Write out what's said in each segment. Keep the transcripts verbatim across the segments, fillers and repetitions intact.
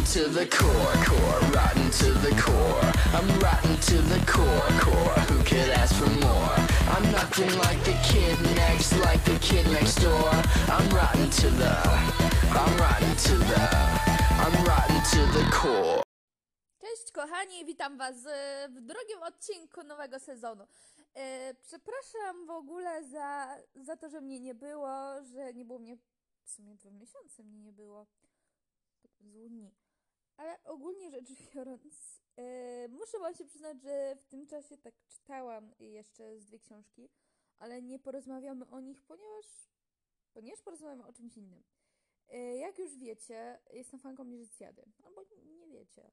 to the core, core, rotten to the core. I'm rotten to the core, core. Who could ask for more? I'm nothing like the kid next, like the kid next door. I'm rotten to the, I'm rotten to the, I'm rotten to the core. Cześć kochani, witam was w drugim odcinku nowego sezonu. E, przepraszam w ogóle za, za to, że mnie nie było, że nie było mnie, w sumie dwa miesiące mnie nie było. Złu dni. Ale ogólnie rzecz biorąc, e, muszę wam się przyznać, że w tym czasie tak czytałam jeszcze z dwie książki, ale nie porozmawiamy o nich, ponieważ, ponieważ porozmawiamy o czymś innym. E, jak już wiecie, jestem fanką Jeżycjady, albo nie wiecie.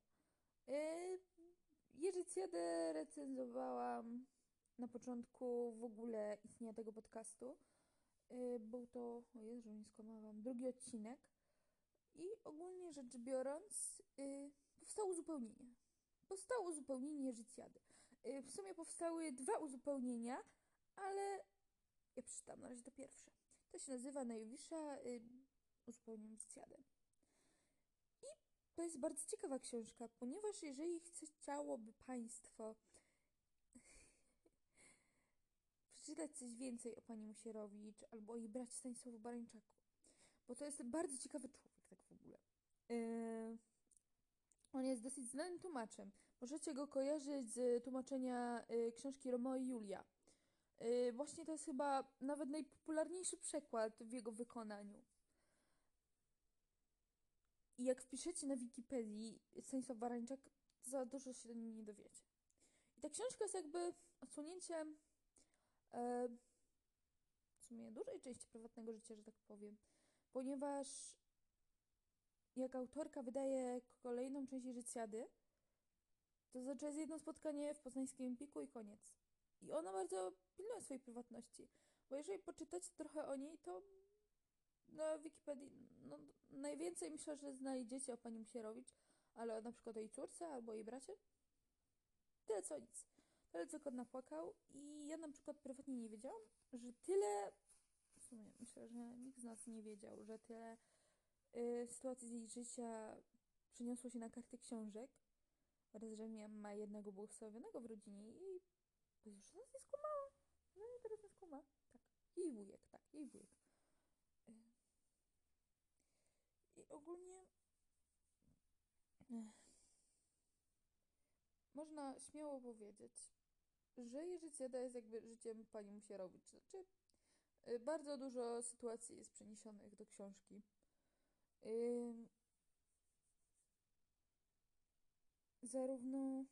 Jeżycjadę recenzowałam na początku w ogóle istnienia tego podcastu. Był to, o Jezu, nie skłamałam, drugi odcinek. I ogólnie rzecz biorąc, powstało uzupełnienie. Powstało uzupełnienie Jeżycjady. W sumie powstały dwa uzupełnienia, ale ja przeczytam na razie to pierwsze. To się nazywa Najwyższa uzupełnienie Jeżycjady. To jest bardzo ciekawa książka, ponieważ jeżeli chciałoby Państwo przeczytać coś więcej o pani Musierowicz albo o jej bracie Stanisławu Barańczaku, bo to jest bardzo ciekawy człowiek, tak w ogóle. Yy... On jest dosyć znanym tłumaczem. Możecie go kojarzyć z tłumaczenia yy, książki Romeo i Julia. Yy, właśnie to jest chyba nawet najpopularniejszy przekład w jego wykonaniu. I jak wpiszecie na Wikipedii Stanisław Barańczak, to za dużo się do nim nie dowiecie. I ta książka jest jakby odsłonięciem e, w sumie dużej części prywatnego życia, że tak powiem. Ponieważ jak autorka wydaje kolejną część Jeżycjady, to znaczy jest jedno spotkanie w poznańskim Empiku i koniec. I ona bardzo pilnuje swojej prywatności. Bo jeżeli poczytacie trochę o niej, to na Wikipedii no, najwięcej myślę, że znajdziecie o pani Musierowicz, ale na przykład o jej córce albo jej bracie. Tyle co nic. Tyle co kot napłakał. I ja na przykład prywatnie nie wiedziałam, że tyle, w sumie myślę, że nikt z nas nie wiedział, że tyle y, sytuacji z jej życia przeniosło się na karty książek oraz, że ma jednego błogosławionego w rodzinie i już nas nie skumała. No i teraz nie skuma. Tak. Jej wujek, tak. Jej wujek. I ogólnie ech, można śmiało powiedzieć, że Jeżycjada jest jakby życiem pani Musierowicz. Znaczy, y, bardzo dużo sytuacji jest przeniesionych do książki. Yy, zarówno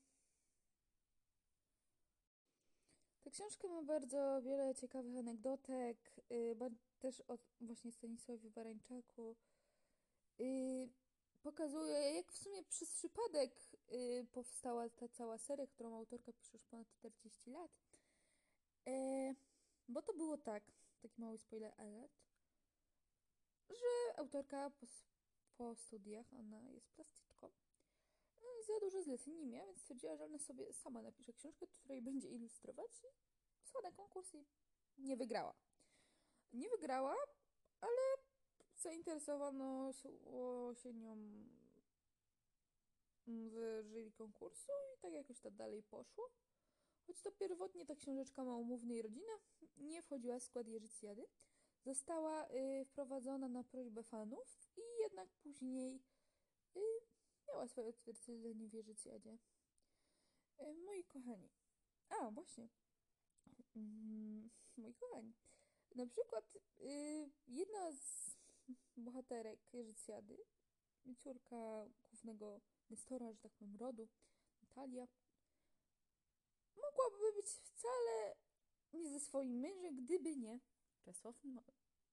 ta książka ma bardzo wiele ciekawych anegdotek, yy, też o właśnie Stanisławie Barańczaku. Yy, pokazuje, jak w sumie przez przypadek yy, powstała ta cała seria, którą autorka pisze już ponad czterdzieści lat. Yy, bo to było tak, taki mały spoiler alert, że autorka po, po studiach, ona jest plastyczką, yy, za dużo zleceń nie miała, więc stwierdziła, że ona sobie sama napisze książkę, której będzie ilustrować i wysłała na konkurs i nie wygrała. Nie wygrała, ale zainteresowano się, się nią w jury konkursu i tak jakoś to dalej poszło. Choć to pierwotnie ta książeczka Małomówny i rodzina nie wchodziła w skład Jeżycjady, została y, wprowadzona na prośbę fanów i jednak później y, miała swoje odzwierciedlenie w Jeżycjadzie. Y, moi kochani. A, właśnie. Mm, moi kochani. Na przykład y, jedna z bohaterek Jeżycjady, córka głównego Nestora, że tak powiem, rodu, Natalia, mogłaby być wcale nie ze swoim mężem, gdyby nie Czesław Miłosz.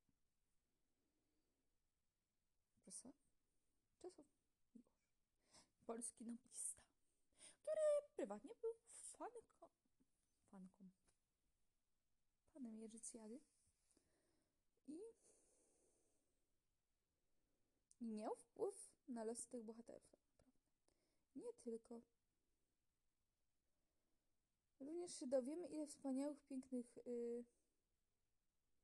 Czesław? Czesław Miłosz. Polski noblista, który prywatnie był fanką, fanką, fanem Jeżycjady i i miał wpływ na los tych bohaterów, tak naprawdę. Nie tylko. Również się dowiemy, ile wspaniałych, pięknych yy,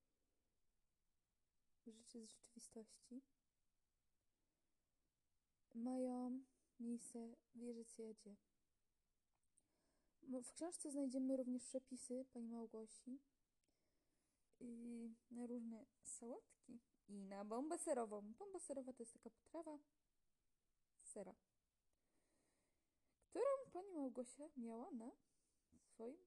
rzeczy z rzeczywistości mają miejsce w Jerzycjedzie. W książce znajdziemy również przepisy pani Małgosi i na różne sałatki i na bombę serową. Bomba serowa to jest taka potrawa z sera, którą pani Małgosia miała na swoim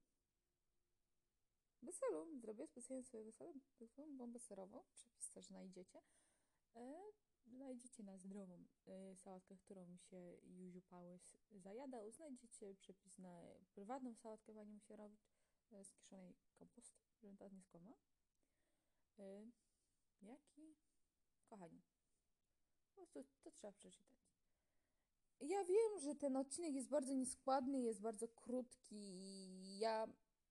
weselu. Zrobiła specjalnie swoje wesele, taką bombę serową. Przepis też znajdziecie. E, znajdziecie na zdrową e, sałatkę, którą się Józiu Pałys zajadał. Znajdziecie przepis na prywatną sałatkę pani musi robić e, z kiszonej kapusty, żebym teraz nie skłamała. E, jaki? Kochani, po prostu to trzeba przeczytać. Ja wiem, że ten odcinek jest bardzo nieskładny, jest bardzo krótki i ja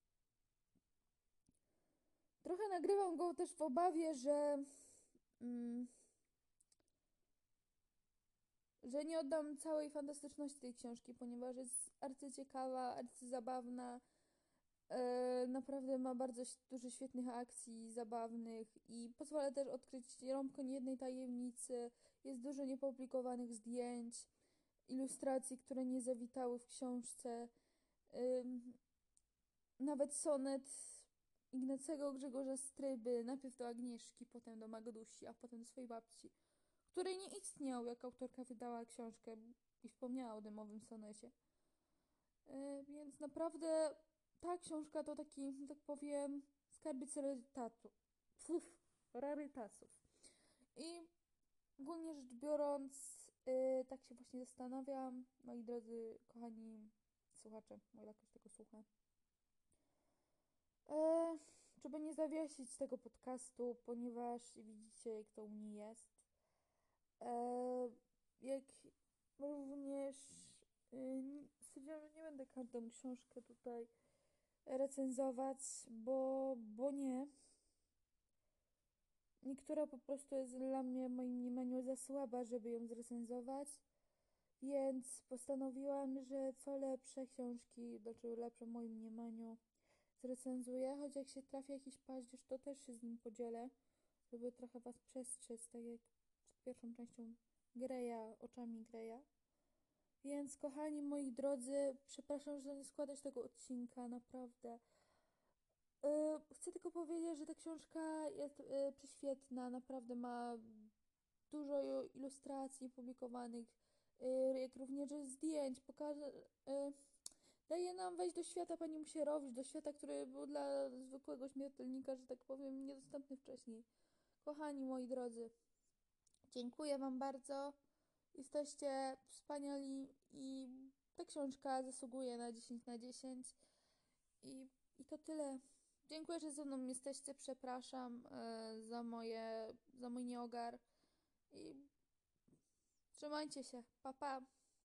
trochę nagrywam go też w obawie, że mm, że nie oddam całej fantastyczności tej książki, ponieważ jest arcyciekawa, arcyzabawna. E, naprawdę ma bardzo dużo świetnych akcji, zabawnych i pozwala też odkryć rąbko niejednej tajemnicy. Jest dużo niepublikowanych zdjęć, ilustracji, które nie zawitały w książce. Ym, nawet sonet Ignacego Grzegorza Stryby, najpierw do Agnieszki, potem do Magdusi, a potem do swojej babci, której nie istniał, jak autorka wydała książkę i wspomniała o demowym sonecie. Yy, więc naprawdę ta książka to taki, tak powiem, skarbiec rarytatu. Puf, rarytasów. I ogólnie rzecz biorąc, yy, tak się właśnie zastanawiam, moi drodzy, kochani słuchacze, o ile ktoś tego słucha, yy, żeby nie zawiesić tego podcastu, ponieważ widzicie, jak to u mnie jest. Yy, jak również yy, stwierdziłam, że nie będę każdą książkę tutaj recenzować, bo, bo nie. Niektóra po prostu jest dla mnie w moim mniemaniu za słaba, żeby ją zrecenzować, więc postanowiłam, że co lepsze książki, znaczy lepsze w moim mniemaniu, zrecenzuję, choć jak się trafi jakiś paździerz, to też się z nim podzielę, żeby trochę was przestrzec, tak jak z pierwszą częścią Greya, oczami Greya. Więc kochani moi drodzy, przepraszam, że nie składać tego odcinka, naprawdę. Yy, chcę tylko powiedzieć, że ta książka jest yy, prześwietna, naprawdę ma dużo ilustracji publikowanych, yy, jak również zdjęć, pokaże, yy, daje nam wejść do świata pani Musierowicz, do świata, który był dla zwykłego śmiertelnika, że tak powiem, niedostępny wcześniej. Kochani moi drodzy, dziękuję wam bardzo, jesteście wspaniali i ta książka zasługuje na dziesięć na dziesięć i, i to tyle. Dziękuję, że ze mną jesteście, przepraszam e, za moje, za mój nieogar i trzymajcie się, pa pa!